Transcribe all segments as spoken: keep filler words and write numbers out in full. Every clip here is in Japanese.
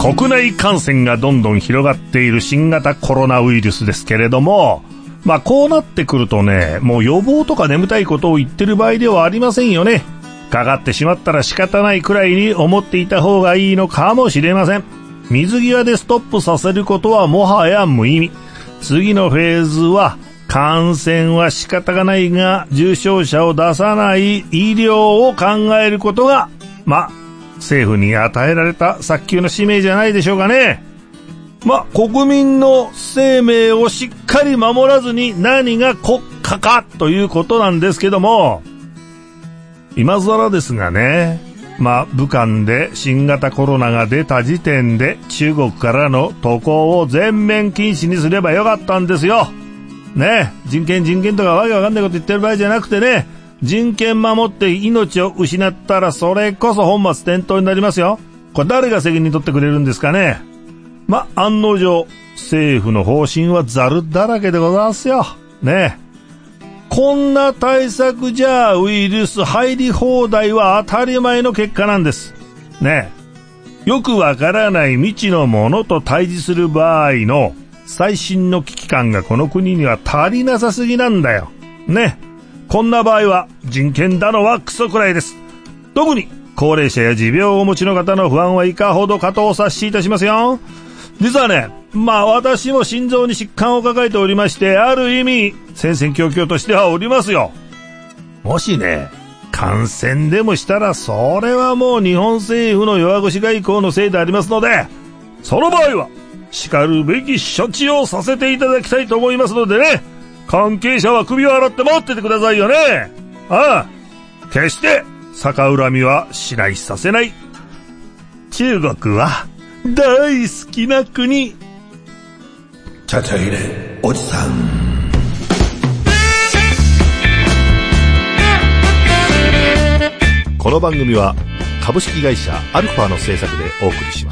国内感染がどんどん広がっている新型コロナウイルスですけれども、まあこうなってくるとね、もう予防とか眠たいことを言ってる場合ではありませんよね。かかってしまったら仕方ないくらいに思っていた方がいいのかもしれません。水際でストップさせることはもはや無意味。次のフェーズは感染は仕方がないが重症者を出さない医療を考えることが、まあ政府に与えられた早急の使命じゃないでしょうかね。まあ国民の生命をしっかり守らずに何が国家かということなんですけども、今更ですがね、まあ武漢で新型コロナが出た時点で中国からの渡航を全面禁止にすればよかったんですよ。ね、人権人権とかわけわかんないこと言ってる場合じゃなくてね、人権守って命を失ったらそれこそ本末転倒になりますよ。これ誰が責任取ってくれるんですかね。ま、案の定政府の方針はザルだらけでございますよね。こんな対策じゃウイルス入り放題は当たり前の結果なんですね。よくわからない未知のものと対峙する場合の最新の危機感がこの国には足りなさすぎなんだよね。こんな場合は人権だのはクソくらいです。特に高齢者や持病をお持ちの方の不安はいかほどかとお察しいたしますよ。実はね、まあ私も心臓に疾患を抱えておりまして、ある意味戦々恐々としてはおりますよ。もしね、感染でもしたらそれはもう日本政府の弱腰外交のせいでありますので、その場合はしかるべき処置をさせていただきたいと思いますのでね、関係者は首を洗って待っててくださいよね。ああ、決して逆恨みはしないさせない。中国は大好きな国。 ちゃちゃ入れおじさん。 この番組は株式会社アルファの制作でお送りします。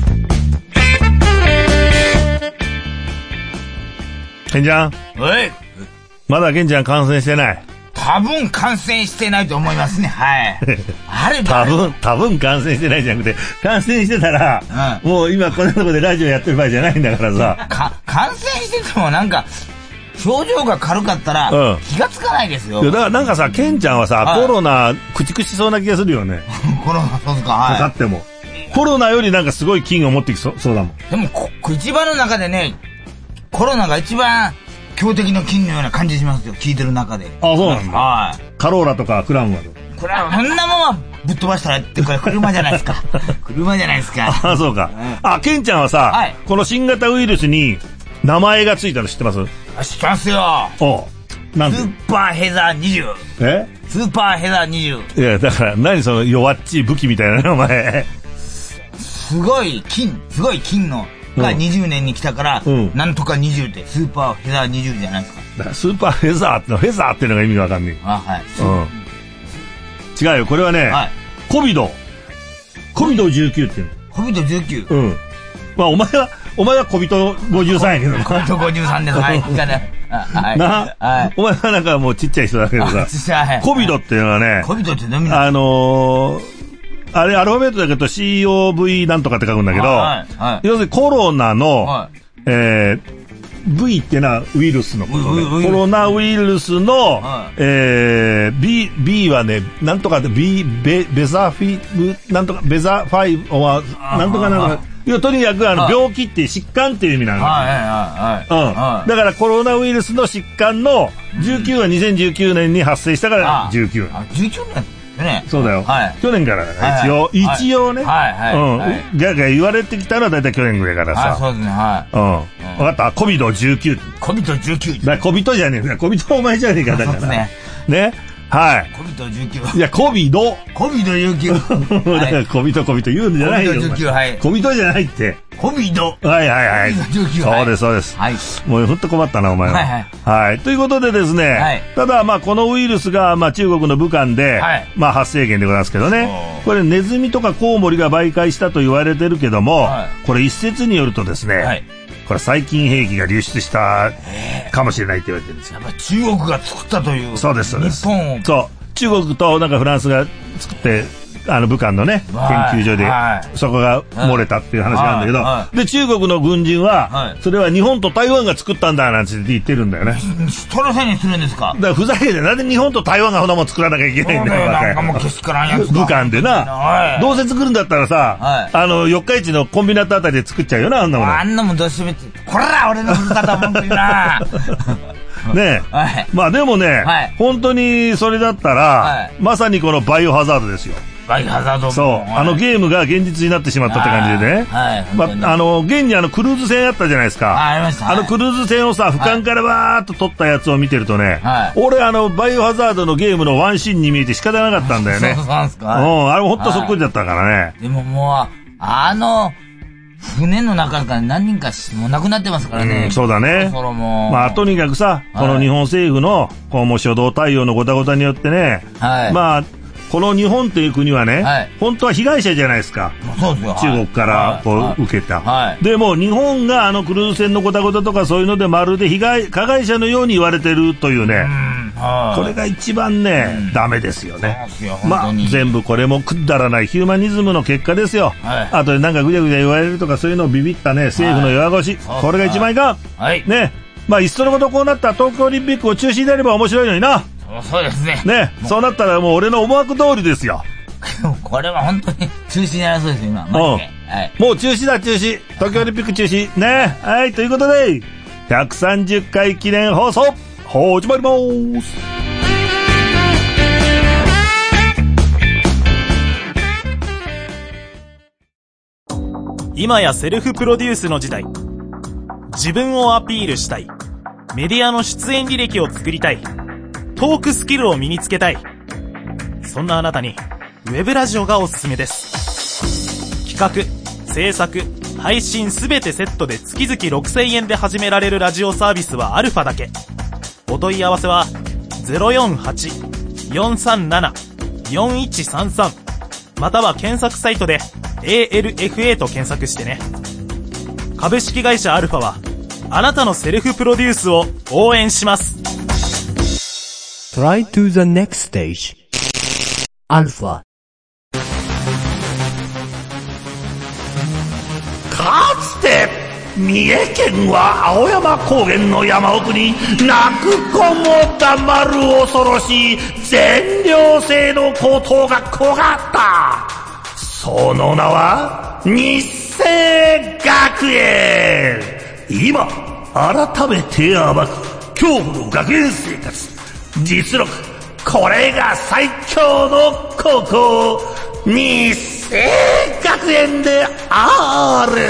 ケンちゃん、 おい、 まだケンちゃん感染してない？ 多分感染してないと思いますね。はい。あれ多分、多分感染してないじゃなくて、感染してたら、うん、もう今こんなとこでラジオやってる場合じゃないんだからさ。 か、感染しててもなんか、症状が軽かったら、気がつかないですよ。 うん、だからなんかさ、ケンちゃんはさ、はい、コロナ、クチクチしそうな気がするよね。 コロナ、そうですか、はい。 かかっても。コロナよりなんかすごい菌を持ってきそ、そうだもん。 でも、こ、一番の中でね、コロナが一番、強敵の菌のような感じしますよ、聞いてる中で。 あ、そうなんだ。はい。カローラとかクラウンはどう？ これは、こんなもんはぶっ飛ばしたらって、これ車じゃないですか。車じゃないですか。 あ、そうか。あ、ケンちゃんはさ、はい、この新型ウイルスに名前がついたの知ってます？ あ、知ってますよ。 おう。なんで？ スーパーヘザーにじゅう。 え？ スーパーヘザーにじゅう。 いや、だから、何その弱っちい武器みたいなね、お前。 すごい金、すごい金の、がにじゅうねんに来たから、うん、なんとかにじゅうってスーパーフェザーにじゅうじゃないですか。 だからスーパーフェザーってのフェザーっていうのが意味がわかんねえ。 あ、はい。 うん。違うよ、これはね、はい、コビド。コビドじゅうきゅうっていうの。 コビドじゅうきゅう。 うん。まあお前は、お前はコビドごじゅうさんやけど。 コビドごじゅうさんです。はい。はい。 な、はい。お前はなんかもうちっちゃい人だけどさ。 ちっちゃい。 コビドっていうのはね、 コビドって何なの？ あのー、あれアルファベットだけど シーオーブイ なんとかって書くんだけど、はいはい、要するにコロナの、はい、えー、V ってのはウイルスのことで、コロナウイルスの、はい、えー、B、B はね、なんとかで B、ベ、ベザフィブ、なんとか、ベザファイブは、なんとかなんとか、いやとにかくあの病気って疾患っていう意味なんだ。はいはいはい。うん。だからコロナウイルスの疾患のじゅうきゅうはにせんじゅうきゅうねんに発生したからじゅうきゅう。 あ、じゅうきゅうねんね、 そうだよ、はい、去年からだから、一応、はいはい、一応ね、はいはいはい、うん、ギャギャ言われてきたらだいたい去年ぐらいからさ、 はい、そうですね、はい、 うん、うん、分かった、コビドじゅうきゅう、 コビドじゅうきゅう、 だコビドじゃねえか、コビドお前じゃねえかだから、ね、ね、はい、 コビドじゅうきゅう、 いやコビド、 コビドじゅうきゅう、 だからコビドコビド言うんじゃないよ、 コビドじゅうきゅう、はい、 コビドじゃないって。 コビド。 はいはいはい。 コビドじゅうきゅう。 そうですそうです。はい。もうふっと困ったなお前は。はいはい。はい。ということでですね。はい。ただまあこのウイルスがまあ中国の武漢で、はい、まあ発生源でございますけどね。これネズミとかコウモリが媒介したと言われてるけども、はい、これ一説によるとですね。はい。これ細菌兵器が流出したかもしれないって言われてるんですよ。 やっぱ中国が作ったという。 そうですそうです。 日本を。 そう。中国となんかフランスが作って。 あの武漢のね、研究所で、はい、そこが漏れたっていう話なんだけど、はいはい、で、中国の軍人は、はい、それは日本と台湾が作ったんだなんて言ってるんだよね。 人のせいにするんですか？ だからふざけて、なんで日本と台湾がそんなもん作らなきゃいけないんだよ。 なんかもうけしからんやつだ。 武漢でな、はい、どうせ作るんだったらさ、はい、あの、四日市のコンビナットあたりで作っちゃうよな、あんなもの。 あんなもんどうしめって、こら俺のふるさと文句言うな。 ねえ、はい、まあでもね、はい、本当にそれだったら、はい、まさにこのバイオハザードですよ。 バイオハザード。 そう、はい、あのゲームが現実になってしまったって感じでね。はい。まあ、あの、現にあのクルーズ船あったじゃないですか。 あ、ありました。 あのクルーズ船をさ、俯瞰からバーっと撮ったやつを見てるとね、はい、俺あの、バイオハザードのゲームのワンシーンに見えて仕方なかったんだよね。 そうなんですか。 うん、あれほんとそっくりだったからね。 でももう、あの、船の中から何人かもう亡くなってますからね。 うん、そうだね。 そろもまあとにかくさ、はい、この日本政府のこうもう初動対応のごたごたによってね、はい、まあこの日本という国はね、はい、本当は被害者じゃないですか。 そうですよ。 中国からこう、はい、受けた。はい、でも日本があのクルーズ船のごたごたとかそういうのでまるで被害加害者のように言われてるというね。うん、はい、これが一番ね、うん、ダメですよね。まあ全部これもくだらないヒューマニズムの結果ですよ。はい、あとでなんかぐちゃぐちゃ言われるとかそういうのをビビったね政府の弱腰、はい、これが一番いかん。はい、ね。まあいっそのことこうなったら東京オリンピックを中止になれば面白いのにな。 そうですね。 ね。そうなったらもう俺の思惑通りですよ。 これは本当に中止になりそうですよ今。マジで。はい。 もう中止だ中止。東京オリンピック中止ね。はい、ということでひゃくさんじゅっかい記念放送始まります。 今やセルフプロデュースの時代。自分をアピールしたい。メディアの出演履歴を作りたい。トークスキルを身につけたい。そんなあなたにウェブラジオがおすすめです。企画、制作、配信すべてセットで月々ろくせんえんで始められるラジオサービスはアルファだけ。お問い合わせは ゼロよんはち よんさんなな よんいちさんさん または検索サイトで エーエルエフエー と検索してね。株式会社アルファはあなたのセルフプロデュースを応援します。 Try to the next stage. Alpha. かつて三重県は青山高原の山奥に泣く子も黙る恐ろしい全寮制の高等学校があった。その名は日生学園。今改めて暴く恐怖の学園生活。実力、これが最強の高校日生学園である。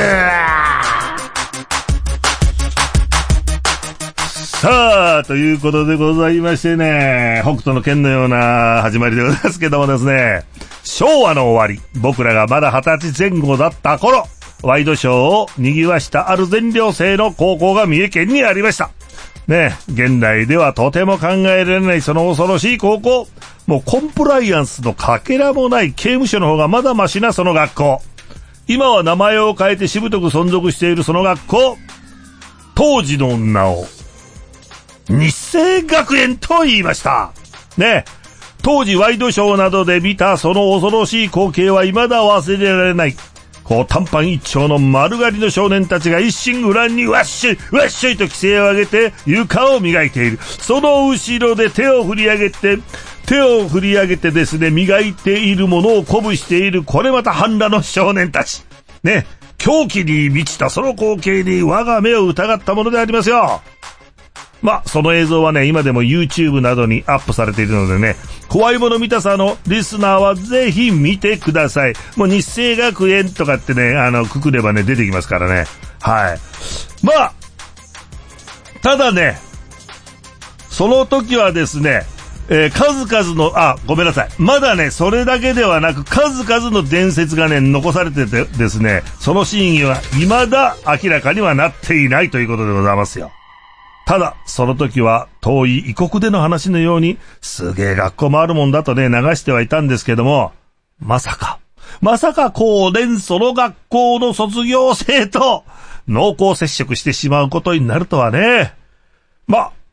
さあということでございましてね、北斗の拳のような始まりでございますけどもですね、昭和の終わり、僕らがまだ二十歳前後だった頃、ワイドショーを賑わしたある全寮制の高校が三重県にありました。ね、現代ではとても考えられないその恐ろしい高校。もうコンプライアンスのかけらもない刑務所の方がまだマシなその学校。今は名前を変えてしぶとく存続しているその学校。当時の名を日生学園と言いました。ね、当時ワイドショーなどで見たその恐ろしい光景は未だ忘れられない。こう短パン一丁の丸刈りの少年たちが一心不乱にわっしょいわっしょいと規制を上げて床を磨いている。その後ろで手を振り上げて手を振り上げてですね、磨いているものを鼓舞しているこれまた半裸の少年たちね、狂気に満ちたその光景に我が目を疑ったものでありますよ。まあ、その映像はね、今でも YouTube などにアップされているのでね、怖いもの見たさのリスナーはぜひ見てください。もう日生学園とかってね、あの、くくればね、出てきますからね。はい。まあ、ただね、その時はですね、えー、数々の、あ、ごめんなさい。まだね、それだけではなく、数々の伝説がね、残されててですね、その真意は未だ明らかにはなっていないということでございますよ。ただ、その時は遠い異国での話のように、すげえ学校もあるもんだとね、流してはいたんですけども、まさか、まさか後年その学校の卒業生と濃厚接触してしまうことになるとはね。まあ、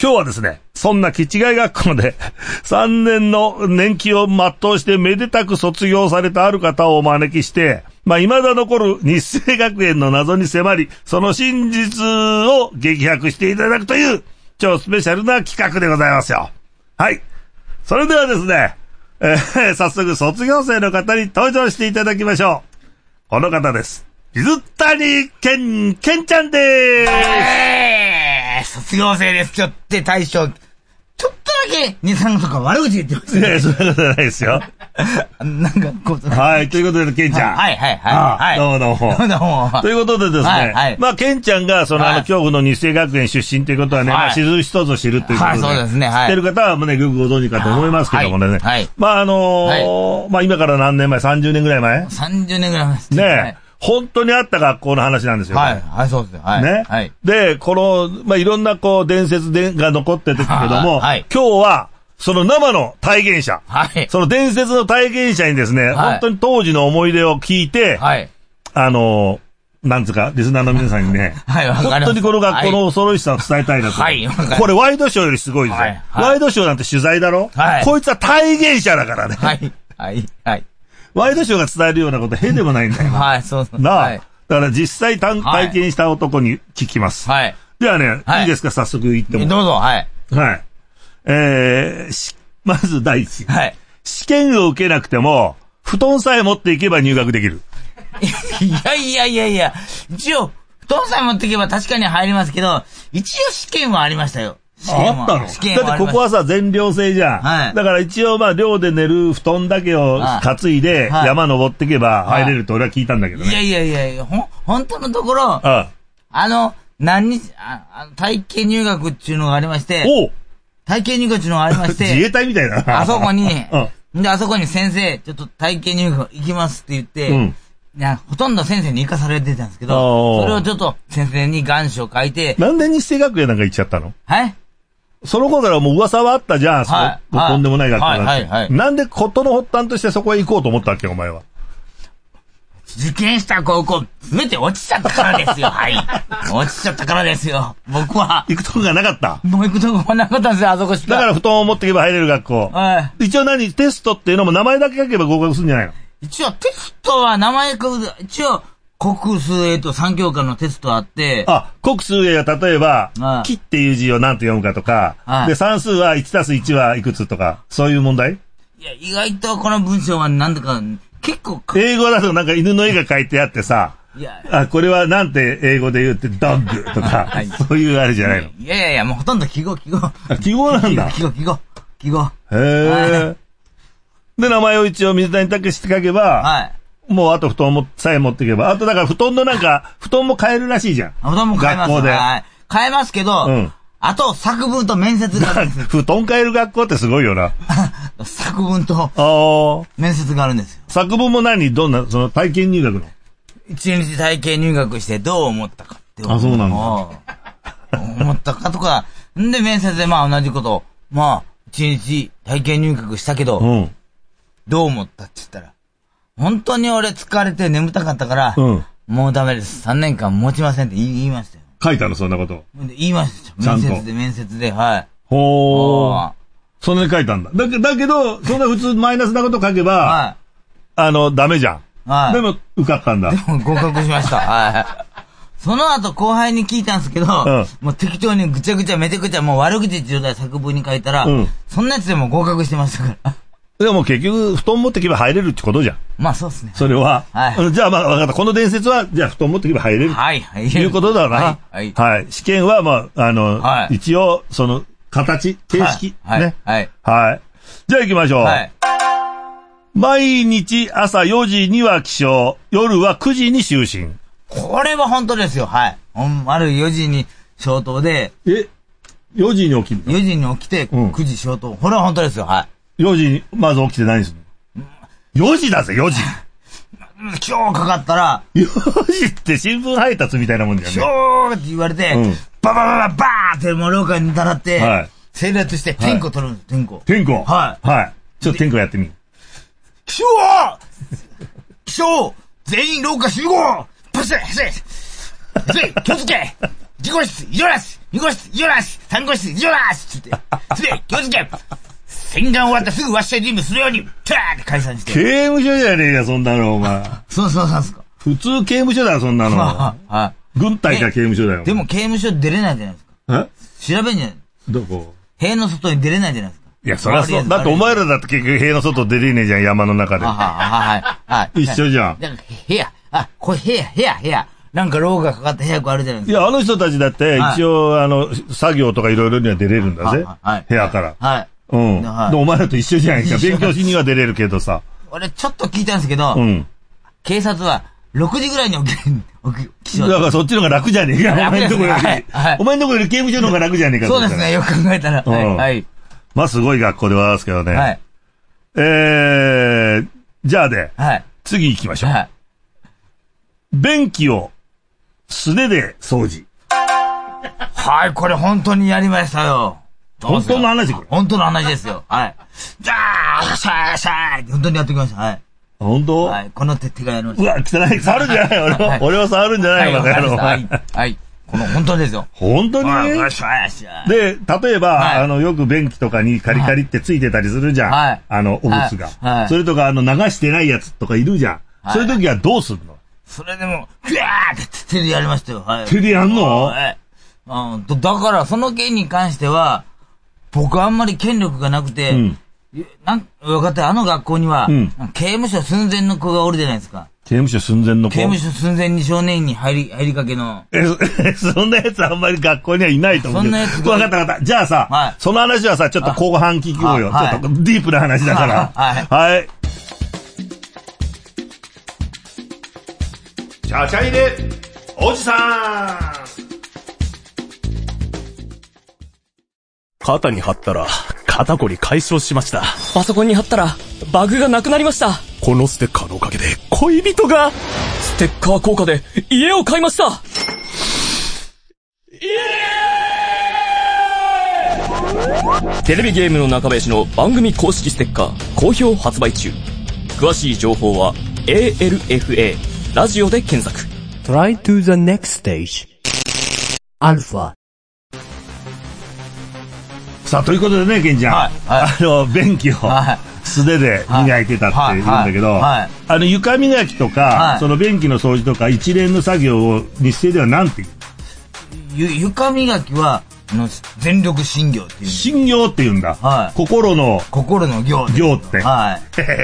今日はですね、そんな気違い学校でさんねんの年季を全うしてめでたく卒業されたある方をお招きして、まあ、未だ残る日生学園の謎に迫り、その真実を激白していただくという超スペシャルな企画でございますよ。はい。それではですね、えー、早速卒業生の方に登場していただきましょう。この方です。水谷健、健ちゃんでーす。 えー、卒業生です。ちょっと大将、ちょっとだけに、さんとか悪口言ってますね。 いや、そんなことないですよ。 なんかこう、 はい、ということで、ケンちゃん。 はい、はい、はい。はい、 どうもどうも。 どうも。 ということでですね、はいはい、まあ、ケンちゃんが、その、はい、あの、恐怖の日生学園出身ということはね、はい、まあ、知る人ぞ知るということで、はい、そうですね、はい。知ってる方はもうね、よくご存知かと思いますけどもね、はい。はい、まあ、あのーはい、まあ、今から何年前 ?さんじゅうねんぐらい前 ? さんじゅうねんぐらい前ですね。 ねえ。はい本当にあった学校の話なんですよ。 はい、はい、そうですね。はい。 ね。はい。で、この、まあ、いろんなこう、伝説でが残ってるけども、はい、今日は、その生の体現者、はい。その伝説の体現者にですね、はい、本当に当時の思い出を聞いて、はい。あの、なんつうか、リスナーの皆さんにね、はい、わかります。本当にこの学校の恐ろしさを伝えたいなと。はい、わかります。これワイドショーよりすごいですよ。はい。はい、ワイドショーなんて取材だろはい。こいつは体現者だからね。はい。はい。はい。ワイドショーが伝えるようなこと変でもないんだよ。はい、そうそう。なあ。はいだから実際体験した男に聞きます。はい。ではね、はい、いいですか早速言っても。どうぞ、はい。はい。えー、し、まず第一。はい。試験を受けなくても、布団さえ持っていけば入学できる。いやいやいやいや、一応、布団さえ持っていけば確かに入りますけど、一応試験はありましたよ。あったの？だってここはさ、全寮制じゃん。はい。だから一応まあ寮で寝る布団だけを担いで山登っていけば入れると俺は聞いたんだけどね。いやいやいやいや、ほん、本当のところ、あ, あ, あの、何日、あ、あ体験入学っていうのがありまして、お体験入学っていうのがありまして、自衛隊みたいな。あそこに、で、あそこに先生、ちょっと体験入学行きますって言って、うん。いや、ほとんど先生に行かされてたんですけど、それをちょっと先生に願書を書いて。なんで日生学園なんか行っちゃったの？はいその頃からもう噂はあったじゃん。はい。とんでもない学校だって。はいはいはい。なんで事の発端としてそこへ行こうと思ったわけお前は。受験した高校、すべて落ちちゃったからですよ。はい。落ちちゃったからですよ。僕は。行くとこがなかった。もう行くとこがなかったんですよ、あそこしか。だから布団を持っていけば入れる学校。はい。一応何テストっていうのも名前だけ書けば合格するんじゃないの？一応テストは名前書く、一応、国数英とさん教科のテストあって。あ、国数英は例えば、木っていう字を何と読むかとか、で、算数はいちたすいちはいくつとか、そういう問題？いや、意外とこの文章はなんだか、結構。英語だとなんか犬の絵が書いてあってさ、いやあ、これはなんて英語で言ってドッグとか、はい、そういうあれじゃないの？いやいやいや、もうほとんど記号、記号。記号なんだ。記号、記号、記号。へー。で、名前を一応水谷武史って書けば、はい。もうあと布団もさえ持っていけば。あとだから布団のなんか、布団も買えるらしいじゃん。布団も買えます。学校で。はい。買えますけど、うん。あと作文と面接があるんです。布団買える学校ってすごいよな。作文と、面接があるんですよ。作文も何どんな、その体験入学の一日体験入学してどう思ったかって思う。あ、そうなんだ。思ったかとか。んで面接でまあ同じこと。まあ、一日体験入学したけど、うん。どう思ったって言ったら。本当に俺疲れて眠たかったから、うん、もうダメです。さんねんかん持ちませんって言いましたよ。書いたのそんなこと。言いましたよ。面接で面接で、はい。ほー。そんなに書いたんだ。だけだけど、そんな普通マイナスなこと書けば、はい。あの、ダメじゃん。はい。でも受かったんだ。でも合格しました。はい。その後後輩に聞いたんですけど、うん、もう適当にぐちゃぐちゃめちゃくちゃもう悪口状態作文に書いたら、うん、そんなやつでも合格してましたから。でも結局、布団持ってけば入れるってことじゃん。まあそうですね。それは。はい。じゃあまあ分かった。この伝説は、じゃあ布団持ってけば入れる。はい、はい。いうことだな。はい。はい。はい。試験はまあ、あの、はい、一応、その、形、形式。はい。ね。はい。はい。じゃあ行きましょう。はい。毎日朝よじには起床、夜はくじに就寝。これは本当ですよ。はい。ほんまるよじに消灯で。え ?よじに起きる ?よ 時に起きて、くじ消灯。うん、これは本当ですよ。はい。よじに、まず起きて何するの ?よ 時だぜ、よじ。今日かかったら、よじって新聞配達みたいなもんだよね。今日って言われて、うん、バババババーってもう廊下にたらって、はい、整列して点呼取るんです、点呼。点呼はい。はい。ちょっと点呼やってみる。気象気象全員廊下集合パシッパシッパシッ気をつけ自己室、異常なし二号室、異常なし単語室以上だーつって、つべ、気をつけ洗顔終わったらすぐワッシャージムするように、キャーって解散して。 刑務所じゃねえか、そんなの、お前。 そうそうそうですか。 普通刑務所だよ、そんなの。はい。軍隊か刑務所だよ。 でも刑務所出れないじゃないですか。え調べんじゃないどこ塀の外に出れないじゃないですか。 いや、そりゃそう。だってお前らだって結局塀の外出れねえじゃん、山の中で。はいはいはい。一緒じゃん。 だから部屋、あ、これ部屋、部屋、部屋。なんかローがかかった部屋あるじゃないですか。 いや、あの人たちだって、一応、あの、作業とかいろいろには出れるんだぜ。部屋から。はい。うん。で、お前らと一緒じゃないか。勉強しには出れるけどさ。 俺、ちょっと聞いたんですけど、うん。警察は、ろくじぐらいに起きる、起きだからそっちの方が楽じゃねえか。お前んとこより、お前んとこより刑務所の方が楽じゃねえか。 そうですね、よく考えたら。はい。 まあ、すごい学校でございますけどね。はい。えー、じゃあで、はい。次行きましょう。はい。便器を素手で掃除。 はい、これ本当にやりましたよ。 本当の話これ。 本当の話ですよ。はい。じゃあ、シャーシャー本当にやってきました。はい。 本当？ はい。この手手がやりました。 うわ、汚い。触るんじゃない俺は、俺は触るんじゃないよ、 はい。はい。この本当ですよ。 本当にで、例えば、はい、あの、よく便器とかにカリカリってついてたりするじゃん。はい、あの、お物が、はい。それとか、あの、流してないやつとかいるじゃん。はい、そういう時はどうするの？ それでも、ふわーって手でやりましたよ。はい。 手でやんの？はい。 うん、だから、その件に関しては、僕あんまり権力がなくて、うん、なん、分かった、あの学校には、うん、刑務所寸前の子がおるじゃないですか。 刑務所寸前の子？ 刑務所寸前に少年院に入り、入りかけの。 え、そんなやつあんまり学校にはいないと思う。 そんなやつ。 分かった分かった。じゃあさ、はい、その話はさ、ちょっと後半聞こうよ。はい、ちょっとディープな話だから。はい。はい。ちゃちゃ入れ、おじさん。 肩に貼ったら、肩こり解消しました。 パソコンに貼ったら、バグがなくなりました。 このステッカーのおかげで、恋人が、 ステッカー効果で、家を買いました。イエーイ！テレビゲームの中林の番組公式ステッカー、好評発売中。詳しい情報は、エーエルエフエー、ラジオで検索。 Try to the next stage. アルファ。 さあ、ということでね、ケンちゃん。はいはい、あの、便器を素手で磨いてたって言うんだけど、はいはいはい、あの、床磨きとか、はい、その便器の掃除とか一連の作業を日生では何て言う？ゆ、床磨きは、あの、全力心行っていう。 心行って言うんだ。はい。心の。 心の行。 行って。 はい。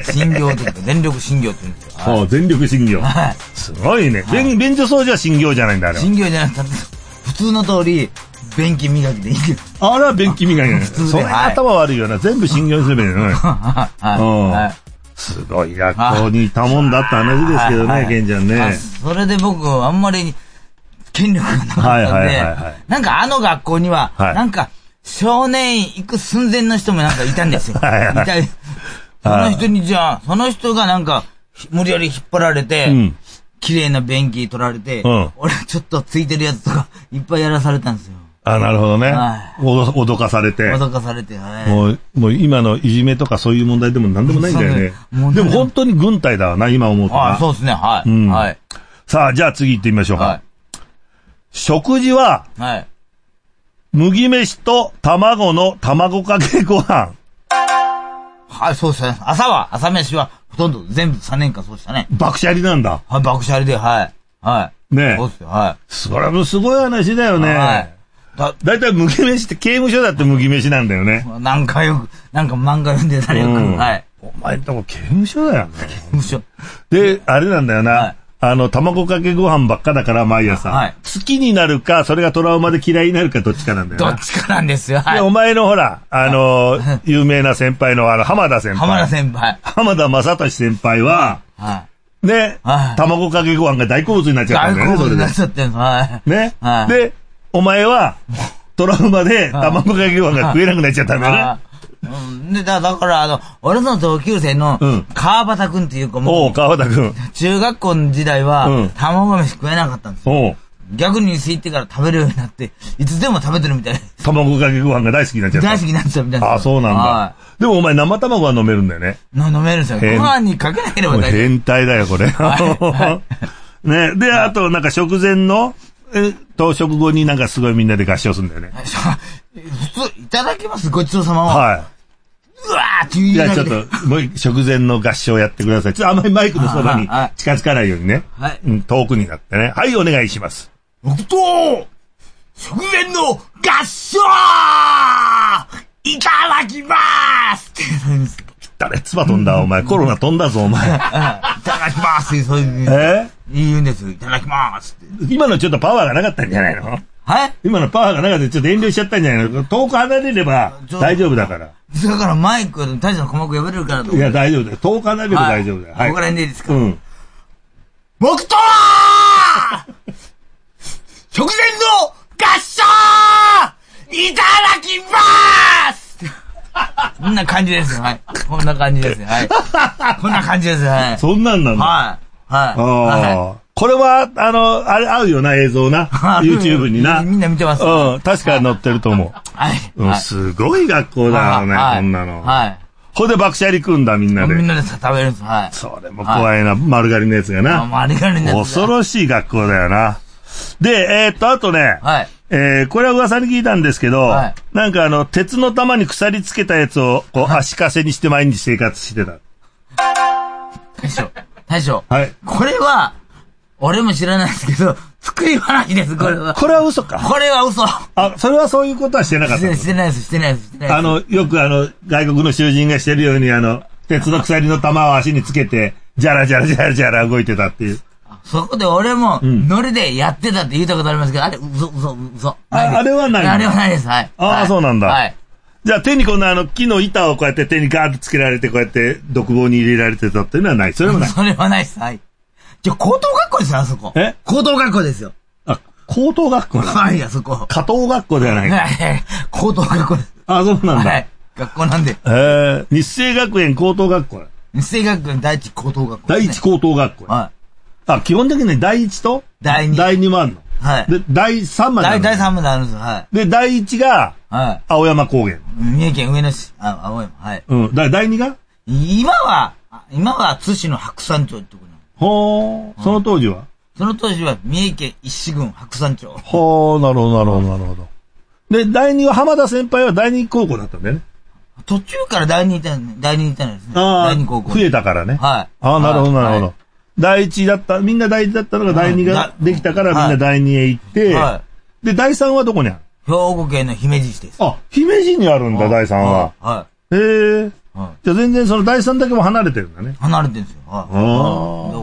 心行って言うか、全力心行って言うんですよ。 はい、全力心行。はい。すごいね。はい、便、便所掃除は心行じゃないんだ、あれ。 心行じゃなくて、普通の通り、便器磨きでいいけど。 あれは便器磨きだね。それ頭悪いよな。全部心行にすればいいのね。はい。すごい学校にいたもんだって話ですけどね、ケンちゃんね。 それで僕、あんまり権力がなかったんで、なんかあの学校には、なんか少年院行く寸前の人もなんかいたんですよ。いたい。その人にじゃあ、その人がなんか無理やり引っ張られて、綺麗な便器取られて、俺ちょっとついてるやつとかいっぱいやらされたんですよ。 あ、なるほどね。はい。脅かされて。 脅かされて、はい。 もう、もう今のいじめとかそういう問題でも何でもないんだよね。でも本当に軍隊だわな、今思うとな。 あ、そうですね、はい。うん。はい。 さあ、じゃあ次行ってみましょうか。はい。食事は、はい。麦飯と卵の卵かけご飯。 はい、そうですね。朝は、朝飯はほとんど全部さんねんかんそうでしたね。 爆シャリなんだ。 はい、爆シャリで、はい。はい。 ねえ。 そうですよ、はい。 それもすごい話だよね。はい。だ、だいたい麦飯って刑務所だって麦飯なんだよね。 なんかよく、なんか漫画読んでたらよく、うん、はい。 お前んとこ刑務所だよね。 刑務所。 で、あれなんだよな。はい、あの、卵かけご飯ばっかだから毎朝。はい。好きになるか、それがトラウマで嫌いになるかどっちかなんだよな。 どっちかなんですよ。はい。 で、お前のほら、あの、はい、有名な先輩のあの、浜田先輩。 浜田先輩。 浜田正俊先輩は、はい。ね、はい、卵かけご飯が大好物になっちゃったんだよね。 大好物になっちゃってんの。はい。 ね。はい。で、お前は、トラウマで卵かけご飯が食えなくなっちゃったんだよね。 うん、で、だ、だから、あの、俺の同級生の、川端くんっていう子も、 おう、川端くん。 中学校の時代は、うん、卵飯食えなかったんですよ。おう。逆に空いてから食べるようになって、いつでも食べてるみたいな。 卵かけご飯が大好きになっちゃった。 大好きになっちゃうみたいな。 あ、そうなんだ。はい。でもお前生卵は飲めるんだよね。 飲めるんですよ。ご飯にかけなければ大丈夫。 変態だよ、これ。はい、ね。で、あと、なんか食前の、 えっと、食後になんかすごいみんなで合唱するんだよね。 普通、いただきますごちそうさまは。 はい。 うわーって言いながら。 じゃあちょっと、もう食前の合唱やってください。ちょっとあんまりマイクのそばに近づかないようにね。はい。うん、遠くになってね。はい、お願いします。 僕と、食前の合唱いただきまーすって言うんです。 誰唾飛んだ、お前。コロナ飛んだぞ、お前。いただきますって、そういう。え言うんです。いただきますって。今のちょっとパワーがなかったんじゃないの？ はい今のパワーがなかった。ちょっと遠慮しちゃったんじゃないの？遠く離れれば大丈夫だから。 だからマイク、大丈夫な鼓膜破れるからと。 いや、大丈夫だよ。遠く離れれば大丈夫だよ。 はい。ここら辺でいいですか？ うん。 僕とは食前の合唱いただきまーすこんな感じですよ。はい。こんな感じですよ。はい。こんな感じですよ。はい。 そんなんなんだ。 はい。はい。 ああ。これは、あの、あれ合うよな、映像な。YouTube にな。 みんな見てます。 うん。確かに載ってると思う。 はい。 うん。すごい学校だよね、こんなの。 はい。 ほんで爆笑食うんだ、みんなで。 みんなで食べるんです。はい。 それも怖いな、丸刈りのやつがな。 丸刈りのやつ。 恐ろしい学校だよな。で、えー、っと、あとね。 はい。 えー、これは噂に聞いたんですけど、はい、なんかあの、鉄の玉に鎖つけたやつを、こう、足かせにして毎日生活してた。 大将、大将。 はい。 これは、俺も知らないですけど、作り話です、これは。 これは嘘か。 これは嘘。 あ、それはそういうことはしてなかった。 してないです、してないです、してないです。 あの、よくあの、外国の囚人がしてるように、あの、鉄の鎖の玉を足につけて、じゃらじゃらじゃらじゃら動いてたっていう。 そこで俺も、ノリでやってたって言ったことありますけど、あれ、嘘、嘘、嘘。 あ、あれはないあれはないです、はい。 ああ、そうなんだ。 はい。 じゃあ手にこんなあの、木の板をこうやって手にガーッとつけられて、こうやって独房に入れられてたっていうのはない。それもない。 それはないです、はい。じゃ、高等学校ですよ、あそこ。 え高等学校ですよ。 あ、高等学校はい、あそこ。 加藤学校ではない。 はい、高等学校です。 あ、そうなんだ。 はい。学校なんで。 えー、日生学園高等学校。 日生学園第一高等学校。 第一高等学校。 はい。 あ、基本的に第一と第二。 第二もあるの。 はい。 で、第三まである。 第三まであるんですよ。はい。 で、第一が、はい。青山高原。 三重県上野市。あ、青山。はい。 うん。だ、第二が今は、今は津市の白山町ってことなの。 ほー。その当時はその当時は三重県一市郡白山町。 ほー、なるほど、なるほど、なるほど。で、第二は浜田先輩は第二高校だったんだよね。 途中から第二いた、第二いたんですね。 ああ。 第二高校。 増えたからね。 はい。 ああ、なるほど、なるほど。第一だった、みんな第一だったのが第二ができたからみんな第二へ行って、はい、で、第三はどこにある？ 兵庫県の姫路市です。 あ、姫路にあるんだ、第三は。 はい。 へえ。はい、じゃあ全然その第三だけも離れてるんだね。 離れてるんですよ。は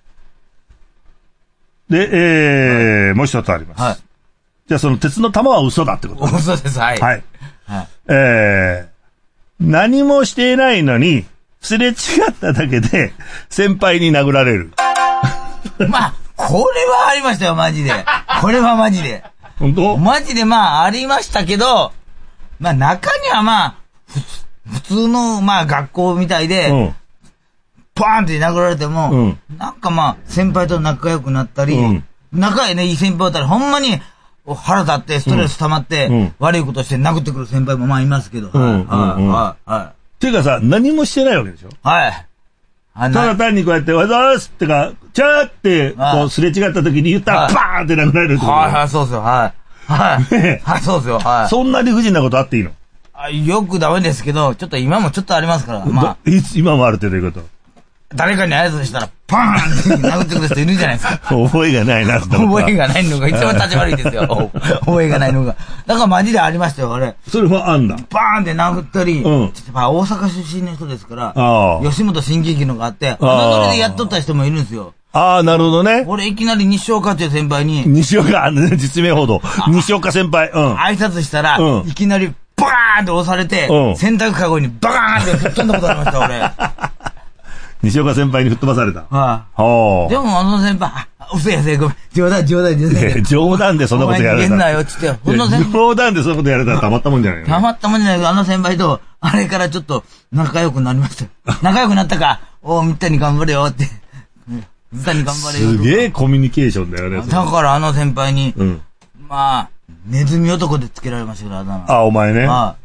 い。で、えー、はい、もう一つあります。はい。じゃあその鉄の玉は嘘だってことです。嘘です、はい。 はい。はい。えー、何もしていないのに、すれ違っただけで、先輩に殴られる。 まあ、これはありましたよ、マジで。これはマジで。 本当？ マジでまあ、ありましたけど、まあ中にはまあ、普通のまあ学校みたいで、うん、パーンって殴られても、うん、なんかまあ、先輩と仲良くなったり、うん、仲いいね、いい先輩だったら、ほんまに腹立ってストレス溜まって、うん、悪いことして殴ってくる先輩もまあいますけど、はい、はい、はい、はい。 ていうかさ、何もしてないわけでしょ？ はい。 ただ単にこうやって、わざーすってか、チャーって、こう、すれ違った時に言ったら、バーンって殴られるってこと。 はい、はい、そうですよ、はい。はい。はい、そうですよ、はい。 そんな理不尽なことあっていいの？ あ、よくダメですけど、ちょっと今もちょっとありますから、まあ。いつ、今もあるってどういうこと？ 誰かに挨拶したら、パーンって殴ってくる人いるじゃないですか。 覚えがないな、 覚えがないのが一番立ち悪いですよ。覚えがないのが。だからマジでありましたよ、あれ。 それはあんだ。 バーンって殴ったり、うん、大阪出身の人ですから、吉本新喜劇のがあって、あのノリでやっとった人もいるんですよ。 ああ、なるほどね。 俺いきなり西岡っていう先輩に。 西岡、実名報道。西岡先輩。うん。 挨拶したら、うん、いきなりバーンって押されて、うん、洗濯かごにバーンって吹っ飛んだことありました、俺。 西岡先輩に吹っ飛ばされた。 はい、あ。でもあの先輩、嘘やせ、ごめん。冗談、冗談、冗談。 冗談でそんなことやられた。 お前逃げんなよ、つって。 冗談でそんなことやられたらたまったもんじゃないの？ たまったもんじゃないけど、あの先輩と、あれからちょっと仲良くなりました。仲良くなったか、おみったに頑張れよって。みったに頑張れよ。 すげえコミュニケーションだよね。 だからあの先輩に、うん、まあ、ネズミ男でつけられましたけど、あだ名。 あ、お前ね。はい。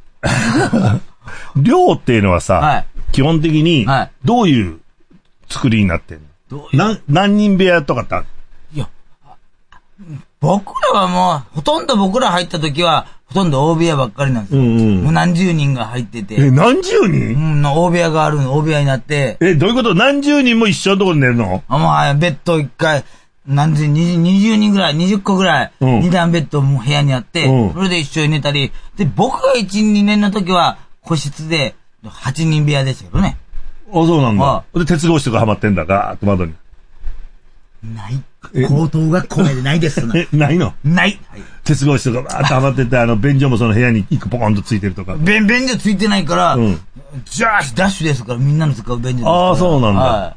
寮っていうのはさ、はい、基本的に、どういう作りになってんの？何、何人部屋とかってある？ いや、 僕らはもう、ほとんど僕ら入った時は、ほとんど大部屋ばっかりなんですよ。 うんうん、 もう何十人が入ってて。 え、何十人？ うん、大部屋があるの、大部屋になって。 え、どういうこと？何十人も一緒のところに寝るの？ あ、もう、ベッド一回、何十、二十、二十人ぐらい、二十個ぐらい、二、うん、段ベッドも部屋にあって、うん、それで一緒に寝たり、で、僕が一、二年の時は、個室で、八人部屋ですけどね。 あ、そうなんだ。で、鉄格子とかはまってんだ、ガーッと窓に。 ない。高等学校でないですえ、ないの？ ない。 鉄格子とかバーッとはまってて、あの、便所もその部屋に一個ポコンとついてるとか。 便、便所ついてないから、うん、じゃあ、ダッシュですから、みんなの使う便所ですから。 ああ、そうなんだ。 はい、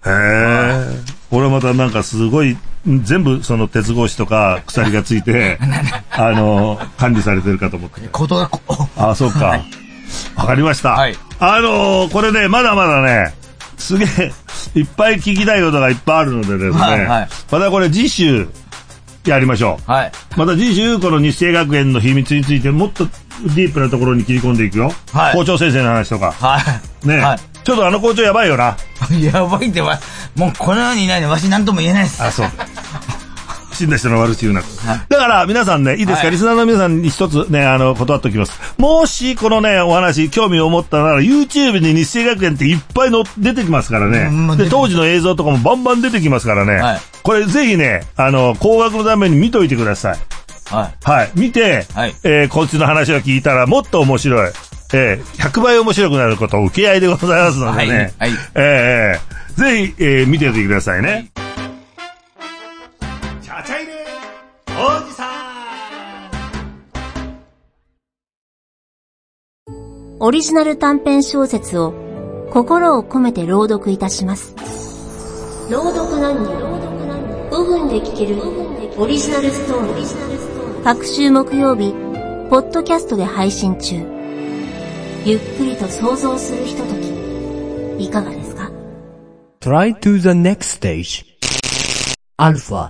へえ。これまたなんかすごい、全部その鉄格子とか鎖がついて、あの、管理されてるかと思って。 高等学校。 ああ、そうか。わ、はい、かりました。はい、あのー、これね、まだまだね、すげえ、いっぱい聞きたいことがいっぱいあるのでですね、はいはい、またこれ次週やりましょう。はい、また次週この日生学園の秘密についてもっとディープなところに切り込んでいくよ。はい、校長先生の話とか。はい、ね、はい、ちょっとあの校長やばいよな。 やばいってわ、もうこの世にいないのわし何とも言えないです。 あ、そう。死んだ人の悪口言うな。だから皆さんね、いいですか、はい、リスナーの皆さんに一つね、あの、断っておきます。もしこのね、お話、興味を持ったなら、YouTube に日生学園っていっぱいの出てきますからね。で、当時の映像とかもバンバン出てきますからね。はい、これぜひね、あの、工学のために見といてください。はい。はい。見て、はい、えー、こっちの話を聞いたらもっと面白い。えー、ひゃくばい面白くなることを受け合いでございますのでね。はい。はい、えー、ぜひ、えー、見ておいてくださいね。はい、 ちゃちゃいねおじさん。 オリジナル短編小説を心を込めて朗読いたします。朗読何人ごふんで聞けるオリジナルストーリー。各週木曜日、ポッドキャストで配信中。ゆっくりと想像するひととき、いかがですか？ Try to the next stage. アルファ。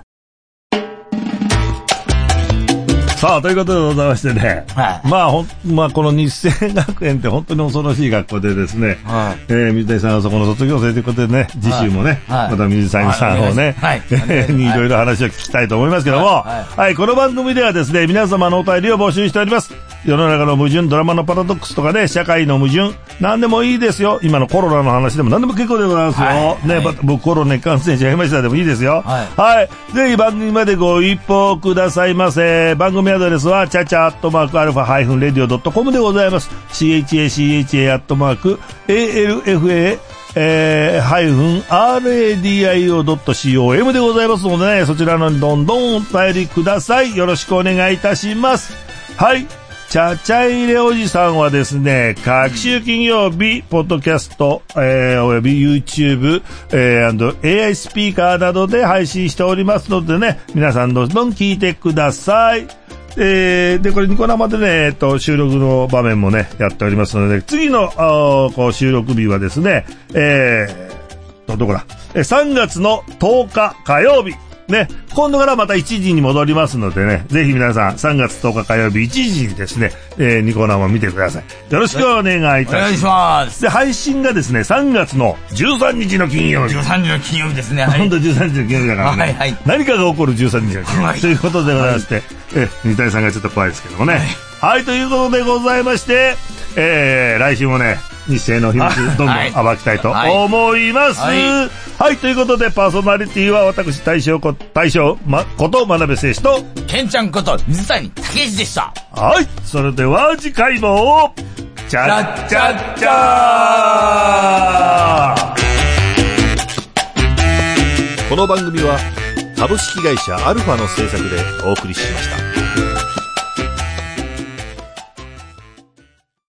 さあ、ということでございましてね。はい、まあ、ほん、まあ、この日生学園って本当に恐ろしい学校でですね。はい、えー、水谷さんはそこの卒業生ということでね、次週もね、はい、また水谷さんをね、はい、にいろいろ話を聞きたいと思いますけども、はい、はい、この番組ではですね、皆様のお便りを募集しております。世の中の矛盾、ドラマのパラドックスとかね、社会の矛盾、何でもいいですよ。今のコロナの話でも何でも結構でございますよ。はい、ね、はい、僕コロナに感染しちゃいましたでもいいですよ。はい。はい。ぜひ番組までご一報くださいませ。番組アドレスは、チャチャアットマークアルファハイフンレディオドットコムでございます。チャチャチャアットマーク エーエルエフエー えー、ハイフン アールエーディーアイオードットコム でございますのでね、そちらのどんどんお便りください。よろしくお願いいたします。はい。チャチャイレおじさんはですね、各週金曜日、ポッドキャスト、えー、および YouTube、えー、エーアイ スピーカーなどで配信しておりますのでね、皆さんどんどん聞いてください。えー、で、これニコ生でね、えっと、収録の場面もね、やっておりますので、次の、こう収録日はですね、えー、と、どこだ、さんがつのとおか火曜日。ね、今度からまたいちじに戻りますのでね、ぜひ皆さんさんがつとおか火曜日いちじにですね、えー、ニコ生を見てください。よろしくお願いいたします。お願いします。で、配信がですね、さんがつのじゅうさんにちの金曜日。 じゅうさんにちの金曜日ですね。はい。 ほんとじゅうさんにちの金曜日だからね。はいはい。何かが起こるじゅうさんにちの金曜日。はい。ということでございまして、はい、え、水谷さんがちょっと怖いですけどもね。はい。はい、ということでございまして、えー、来週もね、日生の秘密どんどん暴きたいと思います。はい、はいはい、ということでパーソナリティは私大将こ大将まこと真鍋誠士とケンちゃんこと水谷武史でした。 はい、それでは次回もチャッチャッチャー。この番組は株式会社アルファの制作でお送りしました。